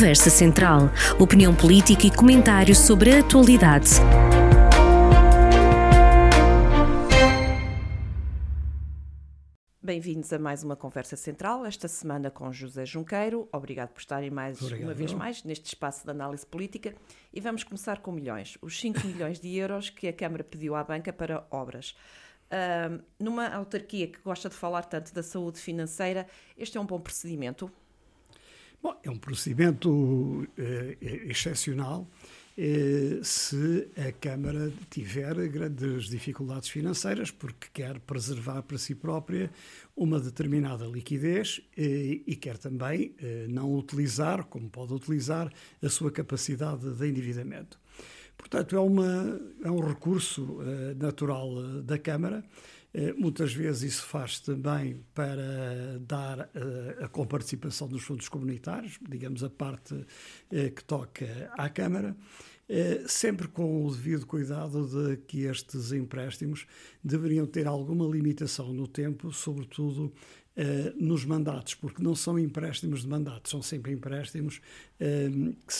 Conversa Central. Opinião política e comentários sobre a atualidade. Bem-vindos a mais uma Conversa Central, esta semana com José Junqueiro. Obrigado por estarem uma vez mais neste espaço de análise política. E vamos começar com milhões. Os 5 milhões de euros que a Câmara pediu à banca para obras. Numa autarquia que gosta de falar tanto da saúde financeira, este é um bom procedimento? Bom, é um procedimento excepcional se a Câmara tiver grandes dificuldades financeiras, porque quer preservar para si própria uma determinada liquidez e quer também não utilizar, como pode utilizar, a sua capacidade de endividamento. Portanto, é um recurso natural da Câmara. Muitas vezes isso faz também para dar a comparticipação dos fundos comunitários, digamos a parte que toca à Câmara, sempre com o devido cuidado de que estes empréstimos deveriam ter alguma limitação no tempo, sobretudo nos mandatos, porque não são empréstimos de mandato, são sempre empréstimos que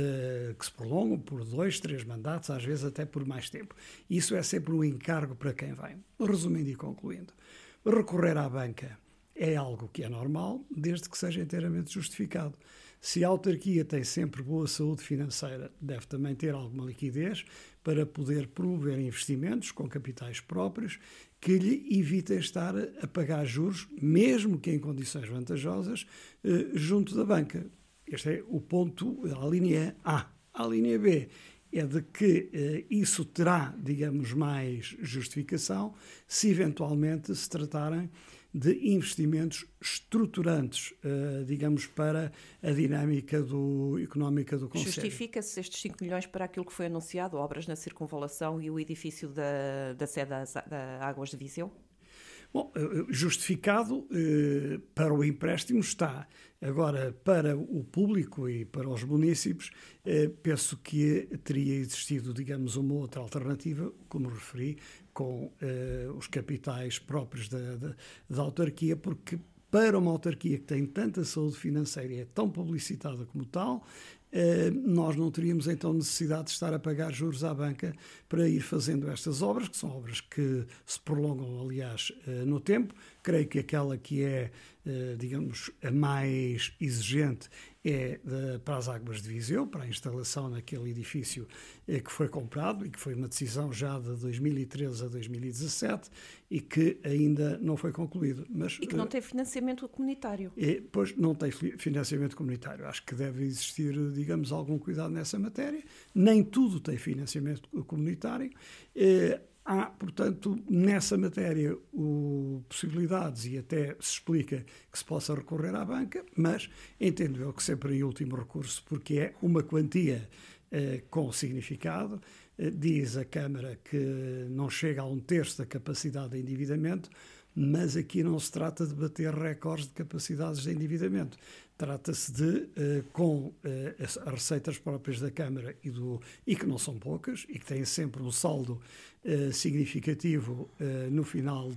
se prolongam por 2, 3 mandatos, às vezes até por mais tempo. Isso é sempre um encargo para quem vem. Resumindo e concluindo, recorrer à banca é algo que é normal, desde que seja inteiramente justificado. Se a autarquia tem sempre boa saúde financeira, deve também ter alguma liquidez para poder promover investimentos com capitais próprios que lhe evitem estar a pagar juros, mesmo que em condições vantajosas, junto da banca. Este é o ponto, a linha A. A linha B é de que isso terá, digamos, mais justificação se eventualmente se tratarem de investimentos estruturantes, digamos, para a dinâmica económica do concelho. Justifica-se estes 5 milhões para aquilo que foi anunciado, obras na circunvalação e o edifício da sede da Águas de Viseu? Bom, justificado para o empréstimo está. Agora, para o público e para os municípios, penso que teria existido, digamos, uma outra alternativa, como referi, com os capitais próprios da autarquia, porque para uma autarquia que tem tanta saúde financeira e é tão publicitada como tal, nós não teríamos então necessidade de estar a pagar juros à banca para ir fazendo estas obras, que são obras que se prolongam, aliás, no tempo. Creio que aquela que é, digamos, a mais exigente é para as Águas de Viseu, para a instalação naquele edifício que foi comprado e que foi uma decisão já de 2013 a 2017 e que ainda não foi concluído. Mas, e que não tem financiamento comunitário. Pois não tem financiamento comunitário. Acho que deve existir, digamos, algum cuidado nessa matéria. Nem tudo tem financiamento comunitário. Há, portanto, nessa matéria possibilidades e até se explica que se possa recorrer à banca, mas entendo eu que sempre em último recurso, porque é uma quantia com significado. Diz a Câmara que não chega a 1/3 da capacidade de endividamento, mas aqui não se trata de bater recordes de capacidades de endividamento. Trata-se de, com as receitas próprias da Câmara e que não são poucas, e que têm sempre um saldo significativo no final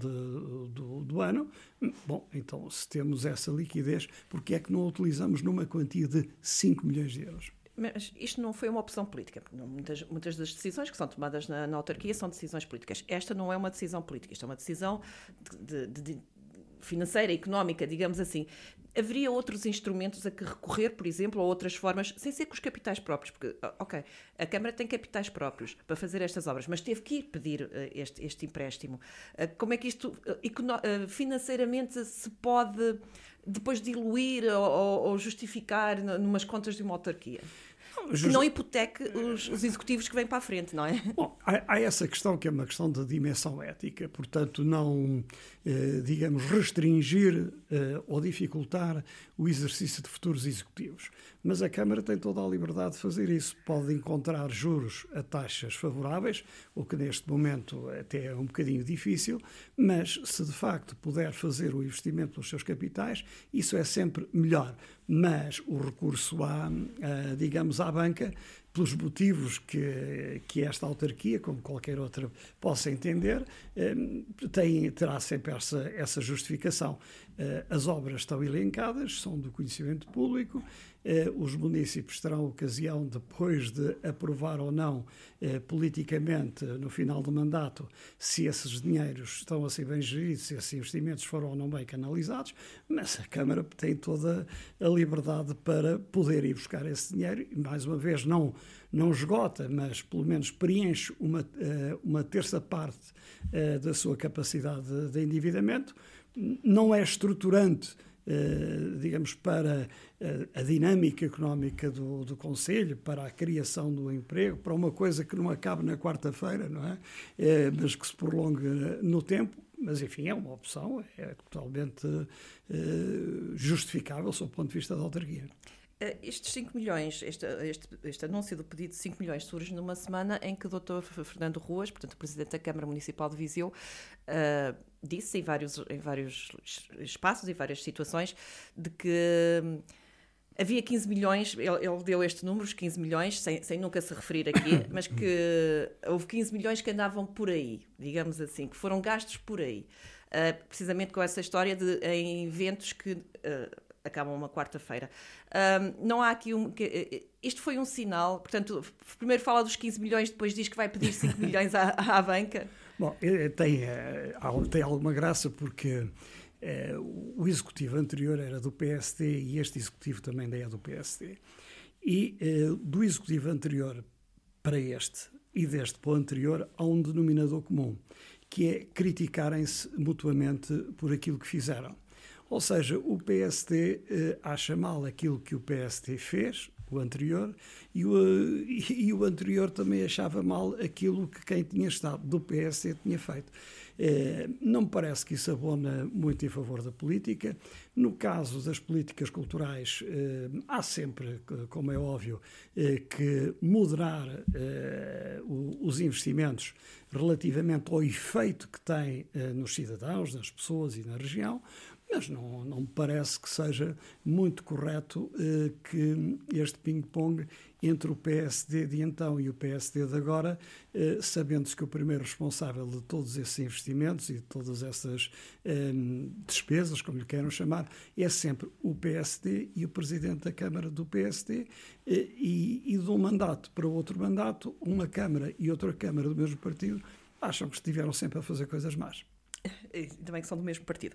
do ano, bom, então se temos essa liquidez, porque é que não a utilizamos numa quantia de 5 milhões de euros? Mas isto não foi uma opção política. Muitas das decisões que são tomadas na autarquia são decisões políticas. Esta não é uma decisão política, isto é uma decisão de financeira, económica, digamos assim. Haveria outros instrumentos a que recorrer, por exemplo, ou outras formas, sem ser com os capitais próprios? Porque, ok, a Câmara tem capitais próprios para fazer estas obras, mas teve que ir pedir este empréstimo. Como é que isto financeiramente se pode depois diluir ou justificar numas contas de uma autarquia? Que não hipoteque os executivos que vêm para a frente, não é? Bom, há essa questão que é uma questão de dimensão ética, portanto não, digamos, restringir ou dificultar o exercício de futuros executivos. Mas a Câmara tem toda a liberdade de fazer isso. Pode encontrar juros a taxas favoráveis, o que neste momento até é um bocadinho difícil, mas se de facto puder fazer o investimento nos seus capitais, isso é sempre melhor. Mas o recurso digamos, à banca pelos motivos que esta autarquia, como qualquer outra, possa entender, terá sempre essa justificação. As obras estão elencadas, são do conhecimento público, os municípios terão ocasião, depois de aprovar ou não politicamente, no final do mandato, se esses dinheiros estão a ser bem geridos, se esses investimentos foram ou não bem canalizados, mas a Câmara tem toda a liberdade para poder ir buscar esse dinheiro e, mais uma vez, não esgota, mas pelo menos preenche uma terça parte da sua capacidade de endividamento. Não é estruturante, digamos, para a dinâmica económica do Conselho, para a criação do emprego, para uma coisa que não acaba na quarta-feira, não é? Mas que se prolonga no tempo. Mas, enfim, é uma opção, é totalmente justificável, sob o ponto de vista da autarquia. Estes 5 milhões, este anúncio do pedido de 5 milhões surge numa semana em que o Dr. Fernando Ruas, portanto o Presidente da Câmara Municipal de Viseu, disse em vários espaços e várias situações de que havia 15 milhões, ele deu este número, os 15 milhões, sem nunca se referir aqui, mas que houve 15 milhões que andavam por aí, digamos assim, que foram gastos por aí. Precisamente com essa história em eventos que acabam uma quarta-feira. Não há aqui isto foi um sinal, portanto, primeiro fala dos 15 milhões, depois diz que vai pedir 5 milhões à banca. Bom, tem alguma graça porque o executivo anterior era do PSD e este executivo também é do PSD. E do executivo anterior para este e deste para o anterior há um denominador comum, que é criticarem-se mutuamente por aquilo que fizeram. Ou seja, o PSD acha mal aquilo que o PSD fez, o anterior, e o anterior também achava mal aquilo que quem tinha estado do PSD tinha feito. Não me parece que isso abona muito em favor da política. No caso das políticas culturais, há sempre, como é óbvio, que moderar os investimentos relativamente ao efeito que tem nos cidadãos, nas pessoas e na região. Mas não me parece que seja muito correto que este ping-pong entre o PSD de então e o PSD de agora, sabendo-se que o primeiro responsável de todos esses investimentos e de todas essas despesas, como lhe queiram chamar, é sempre o PSD e o Presidente da Câmara do PSD, e de um mandato para outro mandato, uma Câmara e outra Câmara do mesmo partido acham que estiveram sempre a fazer coisas más. Também que são do mesmo partido.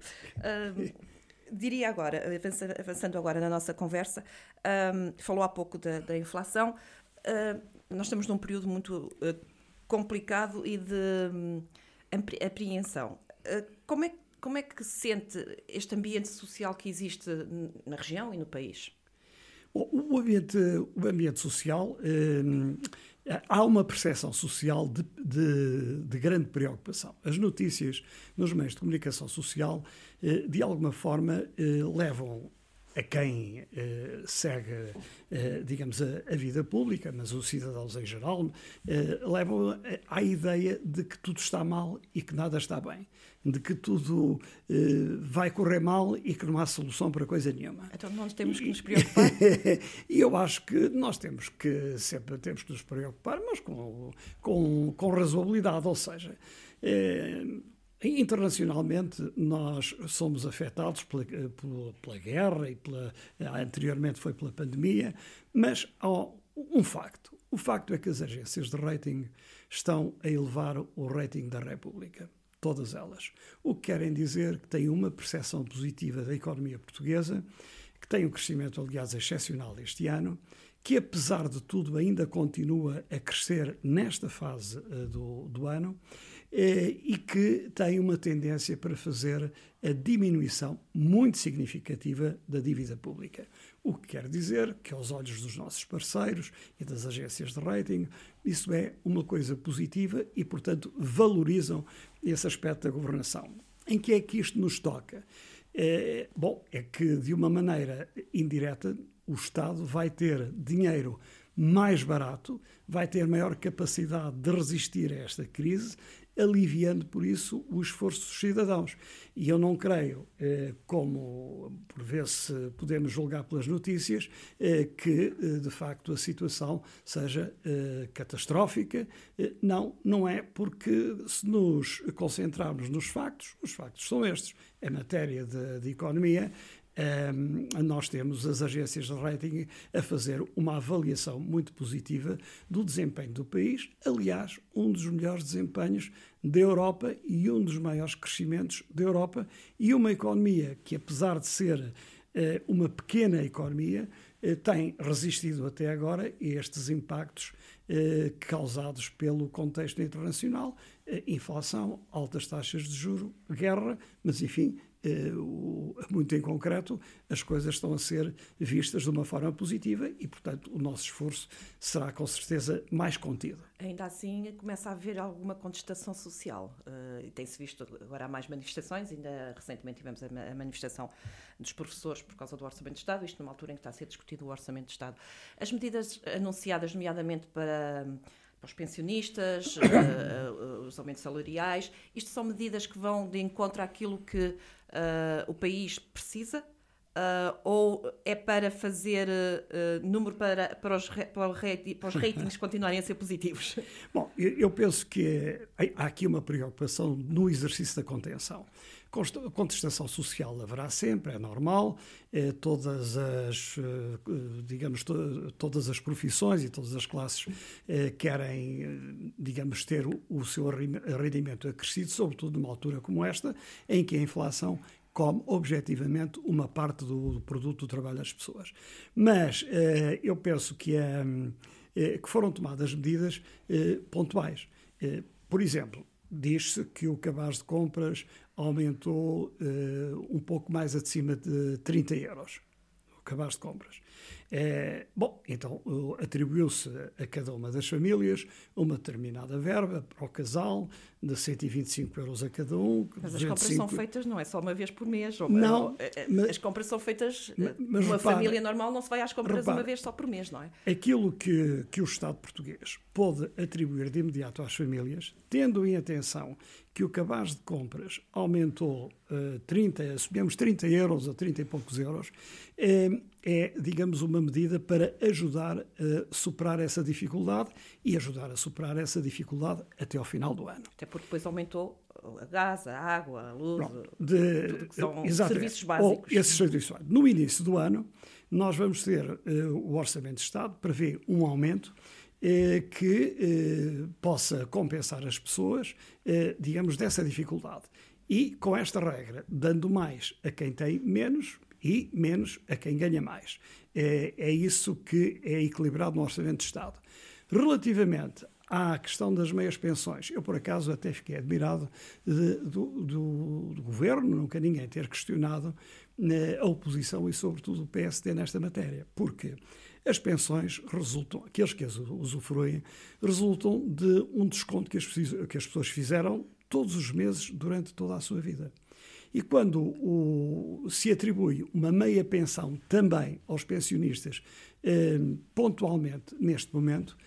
Diria agora, avançando agora na nossa conversa, falou há pouco da inflação. Nós estamos num período muito complicado e de apreensão. Como é que sente este ambiente social que existe na região e no país? O ambiente social, há uma percepção social de grande preocupação. As notícias nos meios de comunicação social, de alguma forma, levam a quem segue, digamos, a vida pública, mas os cidadãos em geral, levam à ideia de que tudo está mal e que nada está bem, de que tudo vai correr mal e que não há solução para coisa nenhuma. Então nós temos que nos preocupar? E eu acho que nós temos que nos preocupar, mas com razoabilidade, ou seja, internacionalmente nós somos afetados pela guerra e anteriormente foi pela pandemia, mas há um facto. O facto é que as agências de rating estão a elevar o rating da República. Todas elas. O que querem dizer que têm uma percepção positiva da economia portuguesa, que tem um crescimento, aliás, excepcional este ano, que apesar de tudo ainda continua a crescer nesta fase do ano e que tem uma tendência para fazer a diminuição muito significativa da dívida pública. O que quer dizer que, aos olhos dos nossos parceiros e das agências de rating, isso é uma coisa positiva e, portanto, valorizam esse aspecto da governação. Em que é que isto nos toca? É que, de uma maneira indireta, o Estado vai ter dinheiro mais barato, vai ter maior capacidade de resistir a esta crise aliviando, por isso, o esforço dos cidadãos. E eu não creio, como por vezes podemos julgar pelas notícias, que, de facto, a situação seja catastrófica. Não é, porque se nos concentrarmos nos factos, os factos são estes. Em matéria de economia, nós temos as agências de rating a fazer uma avaliação muito positiva do desempenho do país, aliás, um dos melhores desempenhos da Europa e um dos maiores crescimentos da Europa, e uma economia que, apesar de ser uma pequena economia, tem resistido até agora a estes impactos causados pelo contexto internacional, inflação, altas taxas de juros, guerra, mas enfim, muito em concreto, as coisas estão a ser vistas de uma forma positiva e, portanto, o nosso esforço será com certeza mais contido. Ainda assim, começa a haver alguma contestação social. E tem-se visto agora há mais manifestações. Ainda recentemente tivemos a manifestação dos professores por causa do Orçamento de Estado, isto numa altura em que está a ser discutido o Orçamento de Estado. As medidas anunciadas, nomeadamente para os pensionistas, os aumentos salariais, isto são medidas que vão de encontro àquilo que o país precisa, ou é para fazer número para os ratings continuarem a ser positivos? Bom, eu penso que há aqui uma preocupação no exercício da contenção. Contestação social haverá sempre, é normal, todas as profissões e todas as classes querem, digamos, ter o seu rendimento acrescido, sobretudo numa altura como esta, em que a inflação come objetivamente uma parte do produto do trabalho das pessoas. Mas eu penso que foram tomadas medidas pontuais. Por exemplo, diz-se que o cabaz de compras aumentou um pouco mais acima de 30 euros, o cabaz de compras. Bom, então atribuiu-se a cada uma das famílias uma determinada verba para o casal, de 125 euros a cada um. Mas as compras são feitas, não é só uma vez por mês. Não. As compras são feitas, uma família normal não se vai às compras uma vez só por mês, não é? Aquilo que o Estado português pôde atribuir de imediato às famílias, tendo em atenção que o cabaz de compras aumentou 30 euros a 30 e poucos euros, digamos, uma medida para ajudar a superar essa dificuldade e ajudar a superar essa dificuldade até ao final do ano. Até porque depois aumentou a gás, a água, a luz, tudo que são serviços básicos. Esses serviços. No início do ano, nós vamos ter o Orçamento de Estado prevê um aumento que possa compensar as pessoas, digamos, dessa dificuldade. E, com esta regra, dando mais a quem tem menos e menos a quem ganha mais. É isso que é equilibrado no Orçamento de Estado. Relativamente à questão das meias pensões, eu, por acaso, até fiquei admirado do Governo, nunca ninguém ter questionado a oposição e, sobretudo, o PSD nesta matéria, porque as pensões resultam, aqueles que as usufruem, resultam de um desconto que as pessoas fizeram todos os meses durante toda a sua vida. E quando se atribui uma meia pensão também aos pensionistas, pontualmente, neste momento,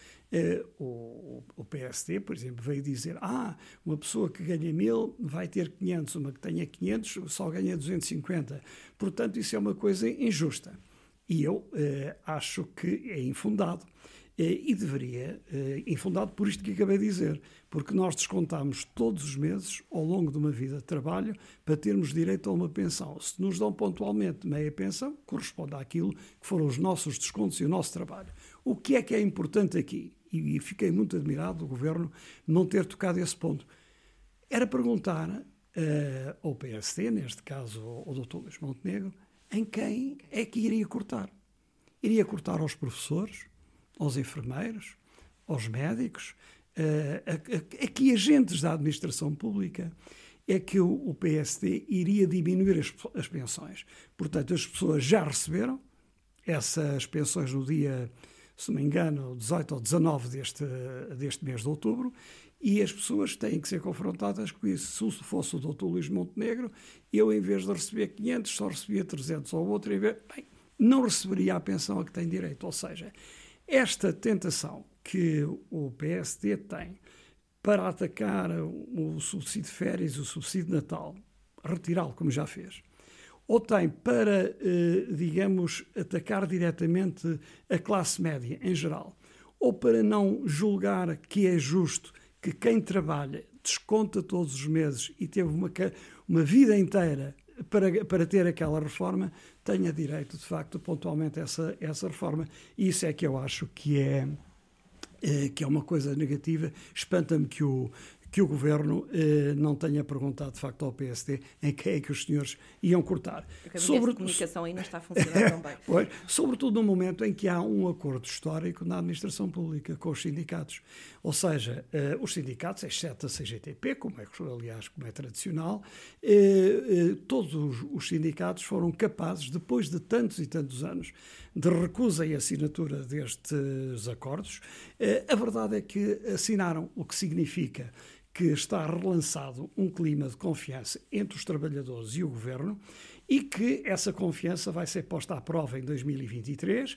o PSD, por exemplo, veio dizer uma pessoa que ganha 1.000 vai ter 500, uma que tenha 500 só ganha 250. Portanto, isso é uma coisa injusta. E eu acho que é infundado. E deveria, infundado por isto que acabei de dizer, porque nós descontamos todos os meses, ao longo de uma vida de trabalho, para termos direito a uma pensão. Se nos dão pontualmente meia pensão, corresponde àquilo que foram os nossos descontos e o nosso trabalho. O que é importante aqui? E fiquei muito admirado do Governo não ter tocado esse ponto. Era perguntar ao PSD, neste caso ao Dr. Luís Montenegro, em quem é que iria cortar? Iria cortar aos professores, aos enfermeiros, aos médicos, a que agentes da administração pública é que o PSD iria diminuir as pensões. Portanto, as pessoas já receberam essas pensões no dia, se não me engano, 18 ou 19 deste mês de outubro, e as pessoas têm que ser confrontadas com isso. Se fosse o Dr. Luís Montenegro, eu, em vez de receber 500, só recebia 300, ou outro, não receberia a pensão a que tem direito. Ou seja, esta tentação que o PSD tem para atacar o subsídio de férias e o subsídio de Natal, retirá-lo, como já fez, ou tem para, digamos, atacar diretamente a classe média em geral, ou para não julgar que é justo que quem trabalha desconta todos os meses e teve uma vida inteira para ter aquela reforma, tenha direito, de facto, pontualmente essa reforma. E isso é que eu acho que é uma coisa negativa. Espanta-me que o Governo não tenha perguntado, de facto, ao PSD em quem é que os senhores iam cortar. Porque a comunicação aí não está a funcionar tão bem. Pois, sobretudo no momento em que há um acordo histórico na administração pública com os sindicatos. Ou seja, os sindicatos, exceto a CGTP, como é tradicional, todos os sindicatos foram capazes, depois de tantos e tantos anos de recusa e assinatura destes acordos, a verdade é que assinaram, o que significa que está relançado um clima de confiança entre os trabalhadores e o Governo e que essa confiança vai ser posta à prova em 2023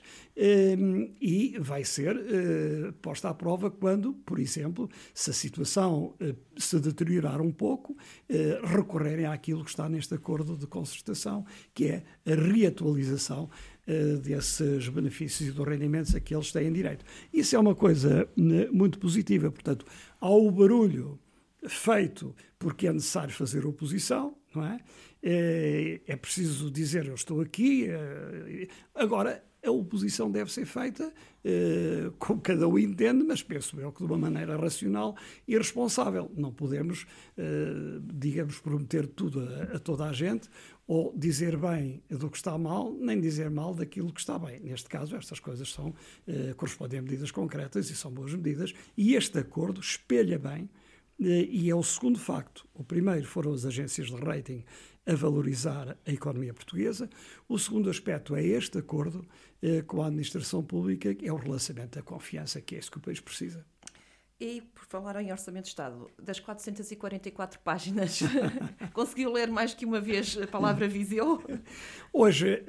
e vai ser posta à prova quando, por exemplo, se a situação se deteriorar um pouco, recorrerem àquilo que está neste acordo de concertação, que é a reatualização desses benefícios e dos rendimentos a que eles têm direito. Isso é uma coisa muito positiva. Portanto, há o barulho feito porque é necessário fazer oposição, não é? É preciso dizer eu estou aqui. Agora, a oposição deve ser feita como cada um entende, mas penso eu que de uma maneira racional e responsável. Não podemos, digamos, prometer tudo a toda a gente ou dizer bem do que está mal, nem dizer mal daquilo que está bem. Neste caso, estas coisas correspondem a medidas concretas e são boas medidas, e este acordo espelha bem, e é o segundo facto. O primeiro foram as agências de rating a valorizar a economia portuguesa. O segundo aspecto é este acordo com a administração pública, que é o relançamento da confiança, que é isso que o país precisa. E, por falar em Orçamento de Estado, das 444 páginas, conseguiu ler mais que uma vez a palavra Viseu? Hoje,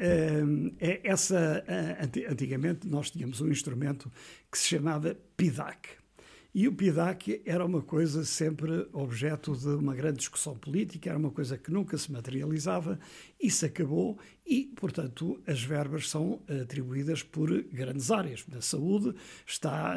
antigamente nós tínhamos um instrumento que se chamava PIDAC. E o PIDAC era uma coisa sempre objeto de uma grande discussão política, era uma coisa que nunca se materializava, isso acabou e, portanto, as verbas são atribuídas por grandes áreas. Na saúde estão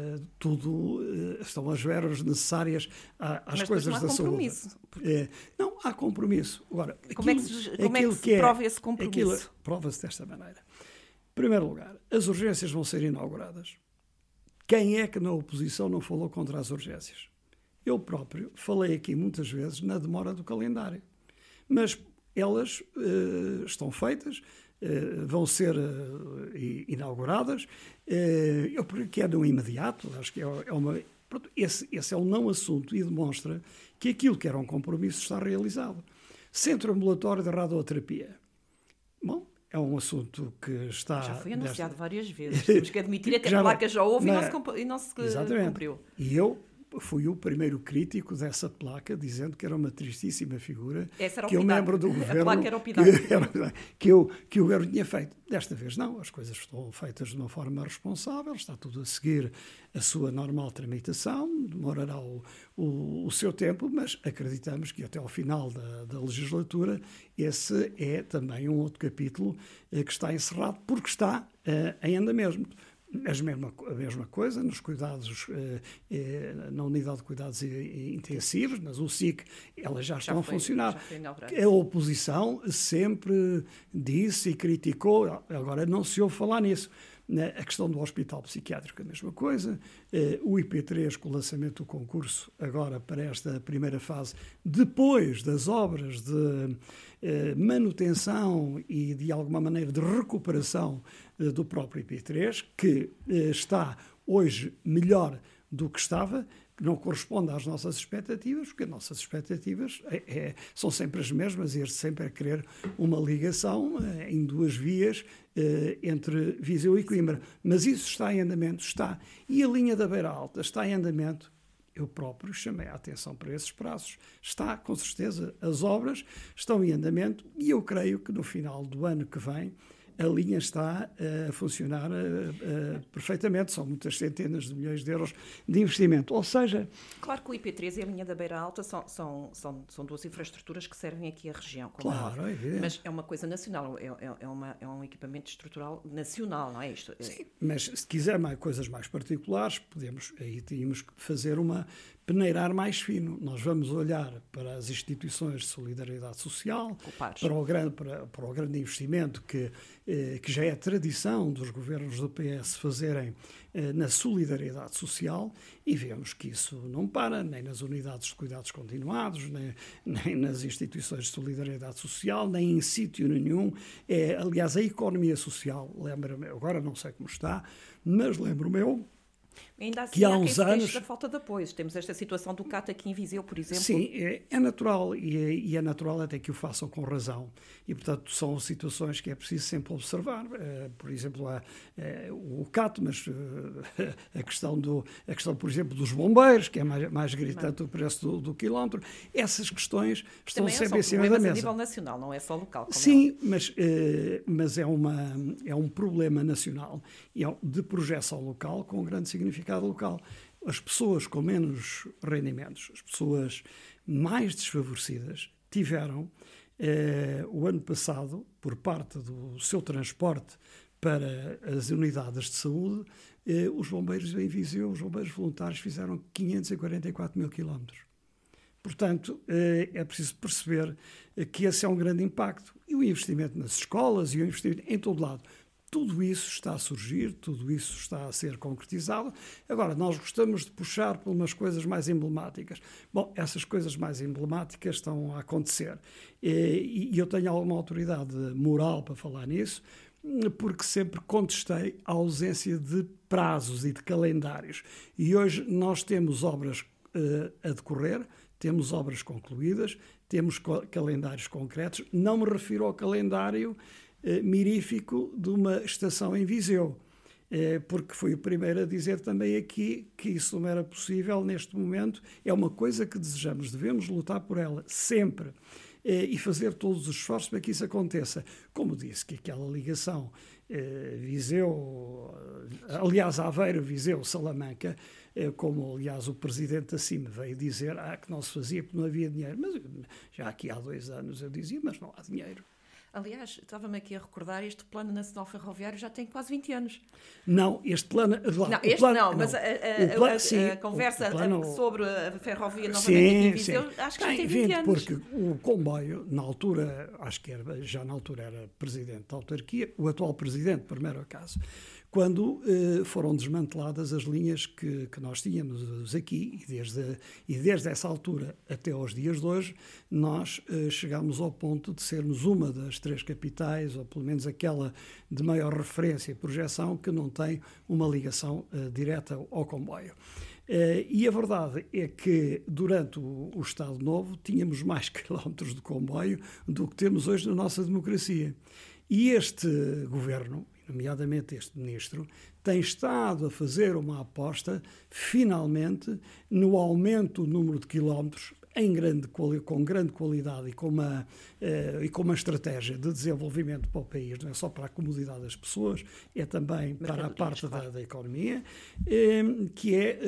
as verbas necessárias às coisas da saúde. Não há compromisso. Agora, como é que se prova esse compromisso? Prova-se desta maneira. Em primeiro lugar, as urgências vão ser inauguradas. Quem é que na oposição não falou contra as urgências? Eu próprio falei aqui muitas vezes na demora do calendário. Mas elas estão feitas, vão ser inauguradas. Eu quero no imediato, acho que é uma... Esse é um não assunto e demonstra que aquilo que era um compromisso está realizado. Centro ambulatório de radioterapia. Bom, é um assunto que está... Já foi anunciado várias vezes. Temos que admitir que a placa já houve e não se cumpriu. E eu fui o primeiro crítico dessa placa, dizendo que era uma tristíssima figura que o membro do governo... A placa era o PIDAC. que o governo tinha feito. Desta vez não, as coisas estão feitas de uma forma responsável, está tudo a seguir a sua normal tramitação, demorará o seu tempo, mas acreditamos que até ao final da legislatura esse é também um outro capítulo que está encerrado, porque está em andamento. A mesma coisa nos cuidados, na unidade de cuidados intensivos, nas USIC, elas já estão a funcionar. A oposição sempre disse e criticou, agora não se ouve falar nisso. A questão do hospital psiquiátrico, a mesma coisa. O IP3, com o lançamento do concurso agora para esta primeira fase, depois das obras de manutenção e, de alguma maneira, de recuperação do próprio IP3, que está hoje melhor do que estava, que não corresponde às nossas expectativas, porque as nossas expectativas são sempre as mesmas, e sempre é querer uma ligação em duas vias entre Viseu e Coimbra. Mas isso está em andamento, está. E a linha da Beira Alta está em andamento. Eu próprio chamei a atenção para esses prazos. Está, com certeza, as obras estão em andamento e eu creio que no final do ano que vem a linha está a funcionar perfeitamente. São muitas centenas de milhões de euros de investimento. Ou seja... Claro que o IP3 e a linha da Beira Alta são duas infraestruturas que servem aqui a região. Claro, é evidente. Mas é uma coisa nacional, é um equipamento estrutural nacional, não é isto? Sim, mas se quiser coisas mais particulares, aí tínhamos que peneirar mais fino. Nós vamos olhar para as instituições de solidariedade social, para o grande investimento que já é tradição dos governos do PS fazerem na solidariedade social, e vemos que isso não para, nem nas unidades de cuidados continuados, nem nas instituições de solidariedade social, nem em sítio nenhum. Aliás, a economia social, lembra-me, agora não sei como está, mas lembro-me ainda assim, que há uns anos... da falta de apoios. Temos esta situação do CAT aqui em Viseu, por exemplo. Sim, é natural, e é natural até que o façam com razão. E, portanto, são situações que é preciso sempre observar. Por exemplo, o CAT, mas a questão, por exemplo, dos bombeiros, que é mais gritante o preço do quilómetro. Essas questões estão também sempre em cima da mesa. A nível nacional, não é só local. Sim, mas é um problema nacional e de projeção local com grande significado local. As pessoas com menos rendimentos, as pessoas mais desfavorecidas, tiveram o ano passado, por parte do seu transporte para as unidades de saúde, os bombeiros em Viseu, os bombeiros voluntários, fizeram 544 mil quilómetros. Portanto, é preciso perceber que esse é um grande impacto. E o investimento nas escolas e o investimento em todo lado. Tudo isso está a surgir, tudo isso está a ser concretizado. Agora, nós gostamos de puxar por umas coisas mais emblemáticas. Bom, essas coisas mais emblemáticas estão a acontecer. E eu tenho alguma autoridade moral para falar nisso, porque sempre contestei a ausência de prazos e de calendários. E hoje nós temos obras a decorrer, temos obras concluídas, temos calendários concretos. Não me refiro ao calendário mirífico de uma estação em Viseu, porque fui o primeiro a dizer também aqui que isso não era possível neste momento. É uma coisa que desejamos, devemos lutar por ela sempre e fazer todos os esforços para que isso aconteça. Como disse, que aquela ligação Viseu, aliás, Aveiro, Viseu, Salamanca, como aliás o presidente assim me veio dizer que não se fazia porque não havia dinheiro. Mas já aqui há 2 anos eu dizia, mas não há dinheiro. Aliás, estava-me aqui a recordar, este Plano Nacional Ferroviário já tem quase 20 anos. Não, este plano... Mas a conversa sobre a ferrovia novamente aqui em Viseu, acho que já tem 20 anos. Porque o comboio, na altura, já na altura era presidente da autarquia, o atual presidente, primeiro acaso, quando foram desmanteladas as linhas que nós tínhamos aqui, e desde essa altura até aos dias de hoje, nós chegámos ao ponto de sermos uma das 3 capitais, ou pelo menos aquela de maior referência e projeção, que não tem uma ligação direta ao comboio. E a verdade é que durante o Estado Novo tínhamos mais quilómetros de comboio do que temos hoje na nossa democracia. E este governo, nomeadamente este ministro, tem estado a fazer uma aposta, finalmente, no aumento do número de quilómetros com grande qualidade e com uma estratégia de desenvolvimento para o país, não é só para a comodidade das pessoas, é também para a parte da economia, que é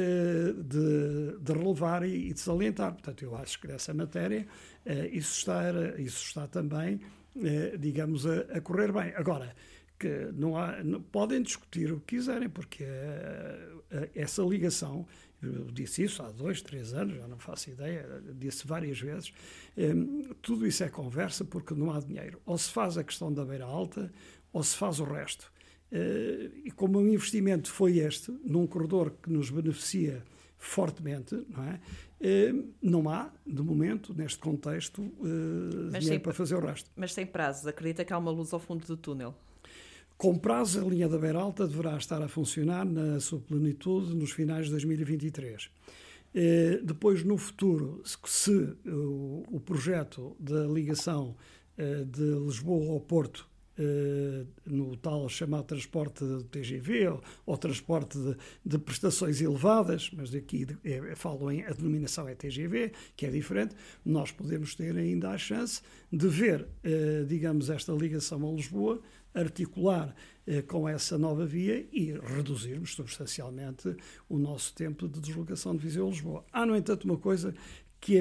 de relevar e de salientar. Portanto, eu acho que nessa matéria isso está também, digamos, a correr bem. Agora, que podem discutir o que quiserem, porque essa ligação, eu disse isso há 2, 3 anos, já não faço ideia, disse várias vezes, tudo isso é conversa porque não há dinheiro. Ou se faz a questão da Beira Alta, ou se faz o resto. E como o investimento foi este, num corredor que nos beneficia fortemente, não é? Não há, de momento, neste contexto, dinheiro para fazer o resto. Mas sem prazos, acredita que há uma luz ao fundo do túnel? Com prazo, a linha da Beira Alta deverá estar a funcionar na sua plenitude nos finais de 2023. Depois, no futuro, se o projeto da ligação de Lisboa ao Porto no tal chamado transporte de TGV ou transporte de prestações elevadas, mas aqui falam a denominação é TGV, que é diferente, nós podemos ter ainda a chance de ver, digamos, esta ligação a Lisboa, articular com essa nova via e reduzirmos substancialmente o nosso tempo de deslocação de Viseu a Lisboa. Há, no entanto, uma coisa que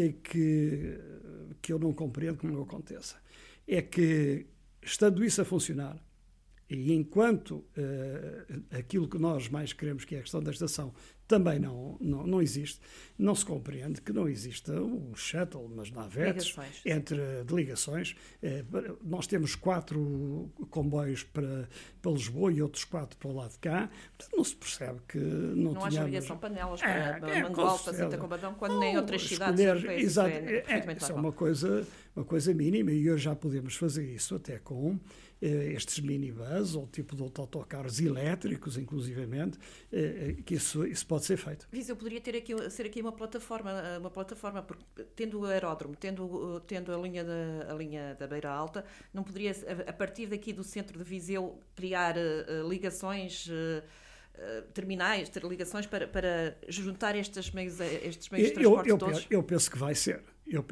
eu não compreendo como não aconteça. É que, estando isso a funcionar, e enquanto aquilo que nós mais queremos, que é a questão da estação, também não existe, não se compreende que não exista um shuttle, mas navetes, entre ligações. Nós temos 4 comboios para Lisboa e outros 4 para o lado de cá, portanto não se percebe que não tenhamos... haja ligação panelas para Mangualde, para Santa Combadão, quando nem outras cidades... Exato, isso é uma coisa mínima, e hoje já podemos fazer isso até com estes minibus ou tipo de autocarros elétricos, inclusivamente, que isso pode ser feito. Viseu poderia ser aqui uma plataforma, porque tendo o aeródromo, tendo a linha da Beira Alta, não poderia, a partir daqui do centro de Viseu, criar ligações... terminais, ter ligações para juntar estes meios de transporte todos? Eu penso que vai ser.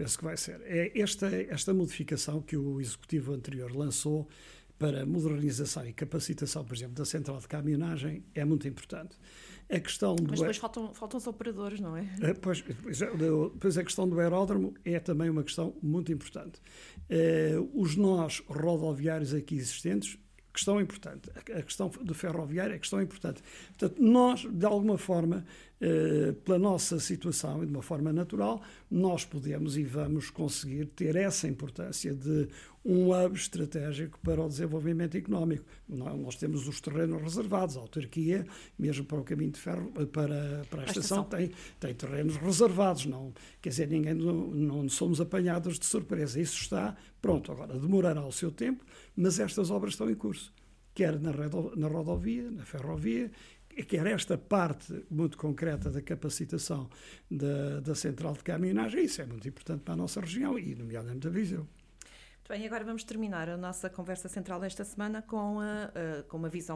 Esta modificação que o Executivo anterior lançou para modernização e capacitação, por exemplo, da central de caminhonagem é muito importante. A questão Mas depois faltam os operadores, não é? Pois a questão do aeródromo é também uma questão muito importante. Os nós rodoviários aqui existentes, questão importante. A questão do ferroviário é questão importante. Portanto, nós, de alguma forma, pela nossa situação e de uma forma natural, nós podemos e vamos conseguir ter essa importância de um hub estratégico para o desenvolvimento económico. Nós temos os terrenos reservados, a autarquia, mesmo para o caminho de ferro, para a estação, tem terrenos reservados. Não, quer dizer, não somos apanhados de surpresa. Isso está pronto. Agora, demorará o seu tempo, mas estas obras estão em curso, quer na rodovia, na ferrovia, quer esta parte muito concreta da capacitação da central de caminhonagem. Isso é muito importante para a nossa região e, nomeadamente, a Viseu. Muito bem, agora vamos terminar a nossa conversa central desta semana com uma visão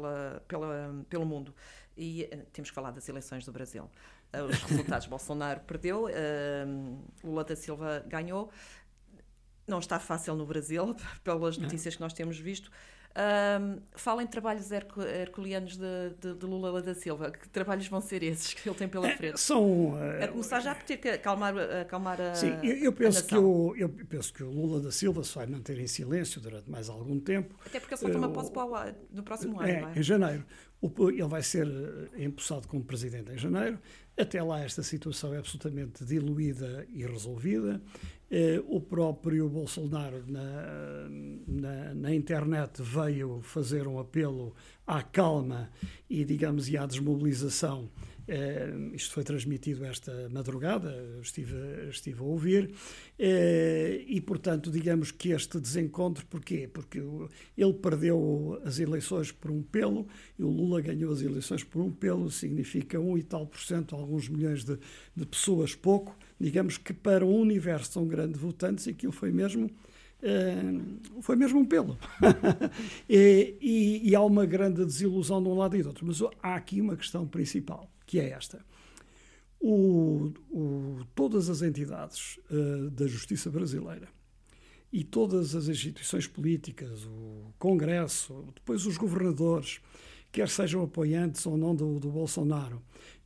pelo mundo. E temos que falar das eleições do Brasil. Os resultados, Bolsonaro perdeu, Lula da Silva ganhou. Não está fácil no Brasil, pelas notícias que nós temos visto. Fala em trabalhos herculeanos de Lula da Silva. Que trabalhos vão ser esses que ele tem pela frente? A começar já por ter que acalmar a Sim, eu penso que o Lula da Silva se vai manter em silêncio durante mais algum tempo. Até porque ele só toma posse no próximo ano, não é? Em janeiro. Ele vai ser empossado como presidente em janeiro. Até lá esta situação é absolutamente diluída e resolvida. O próprio Bolsonaro na internet veio fazer um apelo à calma e, digamos, e à desmobilização. Isto foi transmitido esta madrugada, estive a ouvir, e, portanto, digamos que este desencontro, porquê? Porque ele perdeu as eleições por um pelo e o Lula ganhou as eleições por um pelo, significa 1 e tal % alguns milhões de pessoas, pouco. Digamos que para um universo tão grande de votantes, aquilo foi mesmo um pelo. e há uma grande desilusão de um lado e do outro. Mas há aqui uma questão principal, que é esta. Todas as entidades da justiça brasileira e todas as instituições políticas, o Congresso, depois os governadores, quer sejam apoiantes ou não do Bolsonaro,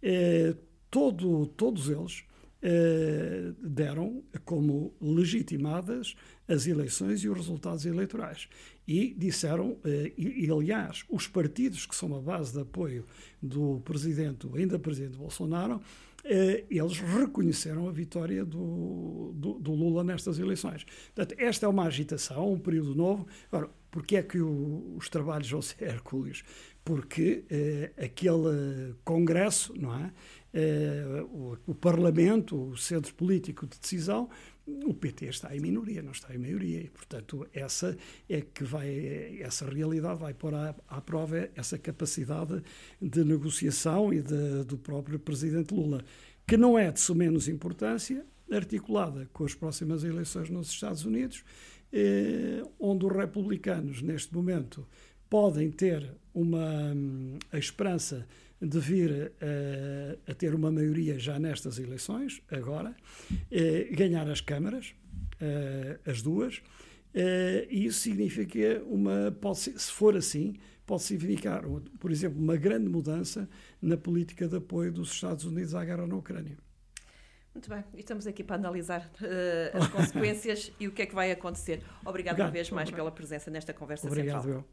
todos eles deram como legitimadas as eleições e os resultados eleitorais. E disseram, e aliás, os partidos que são a base de apoio do ainda presidente Bolsonaro, eles reconheceram a vitória do Lula nestas eleições. Portanto, esta é uma agitação, um período novo. Agora, porquê é que os trabalhos vão ser hercúleos? Porque aquele Congresso, não é? O Parlamento, o centro político de decisão, o PT está em minoria, não está em maioria, e, portanto, essa realidade vai pôr à prova essa capacidade de negociação e do próprio presidente Lula, que não é de sumenos importância, articulada com as próximas eleições nos Estados Unidos, onde os republicanos, neste momento, podem ter a esperança de vir a ter uma maioria já nestas eleições, agora, ganhar as câmaras, as duas, e isso significa se for assim, pode significar, por exemplo, uma grande mudança na política de apoio dos Estados Unidos à guerra na Ucrânia. Muito bem, e estamos aqui para analisar as consequências e o que é que vai acontecer. Obrigado uma vez mais pela presença nesta Conversa Central. Obrigado.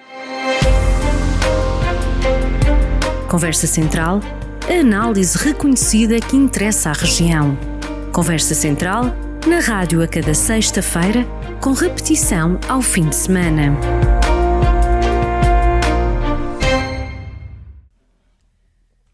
Conversa Central, a análise reconhecida que interessa à região. Conversa Central, na rádio a cada sexta-feira, com repetição ao fim de semana.